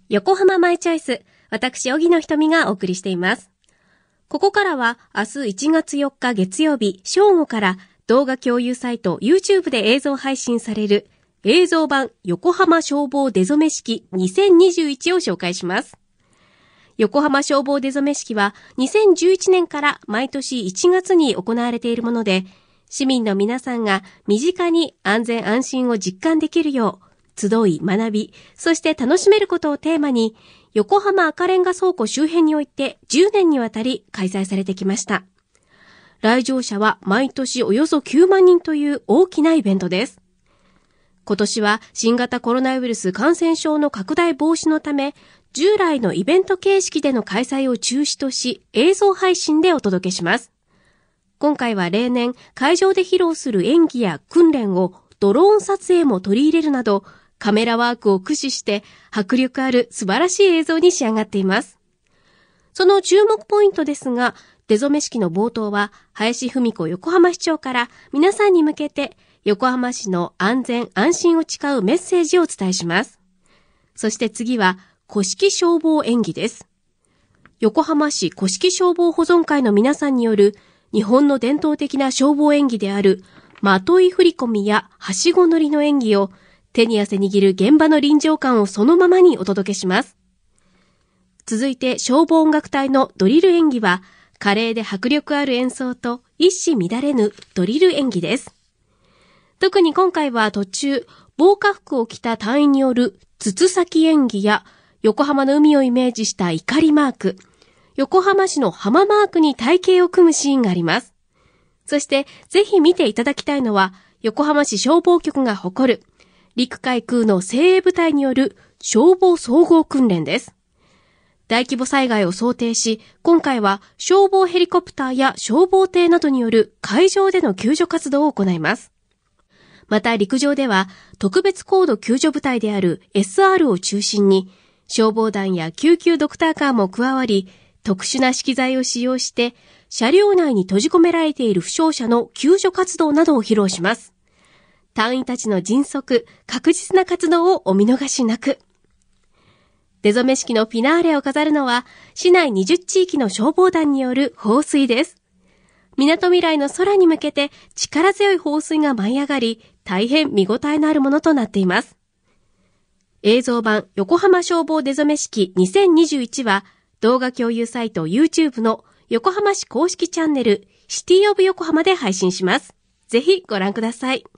横浜マイチョイス、私、荻野ひとみがお送りしています。ここからは明日1月4日月曜日正午から動画共有サイト YouTube で映像配信される映像版横浜消防出初め式2021を紹介します。横浜消防出初め式は2011年から毎年1月に行われているもので、市民の皆さんが身近に安全安心を実感できるよう、集い学び、そして楽しめることをテーマに、横浜赤レンガ倉庫周辺において10年にわたり開催されてきました。来場者は毎年およそ9万人という大きなイベントです。今年は新型コロナウイルス感染症の拡大防止のため、従来のイベント形式での開催を中止とし、映像配信でお届けします。今回は例年、会場で披露する演技や訓練をドローン撮影も取り入れるなど、カメラワークを駆使して迫力ある素晴らしい映像に仕上がっています。その注目ポイントですが、出初め式の冒頭は林文子横浜市長から皆さんに向けて横浜市の安全安心を誓うメッセージをお伝えします。そして次は古式消防演技です。横浜市古式消防保存会の皆さんによる日本の伝統的な消防演技であるまとい振り込みやはしご乗りの演技を手に汗握る現場の臨場感をそのままにお届けします。続いて消防音楽隊のドリル演技は華麗で迫力ある演奏と一糸乱れぬドリル演技です。特に今回は途中、防火服を着た隊員による筒先演技や横浜の海をイメージした怒りマーク、横浜市の浜マークに隊形を組むシーンがあります。そしてぜひ見ていただきたいのは横浜市消防局が誇る陸海空の精鋭部隊による消防総合訓練です。大規模災害を想定し、今回は消防ヘリコプターや消防艇などによる海上での救助活動を行います。また陸上では特別高度救助部隊である SR を中心に消防団や救急ドクターカーも加わり、特殊な資機材を使用して車両内に閉じ込められている負傷者の救助活動などを披露します。隊員たちの迅速、確実な活動をお見逃しなく。出初め式のフィナーレを飾るのは、市内20地域の消防団による放水です。港未来の空に向けて力強い放水が舞い上がり、大変見応えのあるものとなっています。映像版横浜消防出初め式2021は、動画共有サイト YouTube の横浜市公式チャンネルシティオブ横浜で配信します。ぜひご覧ください。